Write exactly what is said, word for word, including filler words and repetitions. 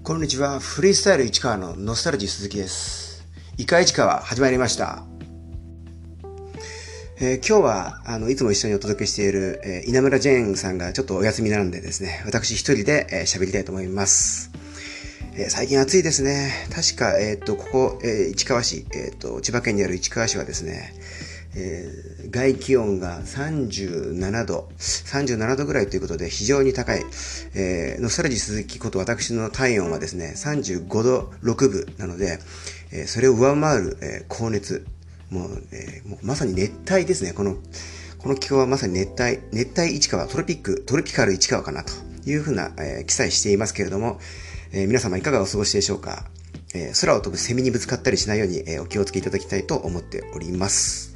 こんにちは。フリースタイル市川のノスタルジー鈴木です。イカ市川始まりました。えー、今日はあのいつも一緒にお届けしている、えー、稲村ジェーンさんがちょっとお休みなのでですね、私一人で喋、えー、りたいと思います。えー、最近暑いですね。確か、えっ、ー、と、ここ、えー、市川市、えっ、ー、と、千葉県にある市川市はですね、えー、外気温がさんじゅうななど、さんじゅうななどぐらいということで非常に高い、えー、ノスタルジー鈴木こと私の体温はですね、さんじゅうごどろくぶなので、えー、それを上回る、えー、高熱、もう、えー、もうまさに熱帯ですね。この、この気候はまさに熱帯、熱帯市川、トロピック、トロピカル市川かなというふうな、えー、記載していますけれども、えー、皆様いかがお過ごしでしょうか。えー、空を飛ぶセミにぶつかったりしないように、えー、お気をつけいただきたいと思っております。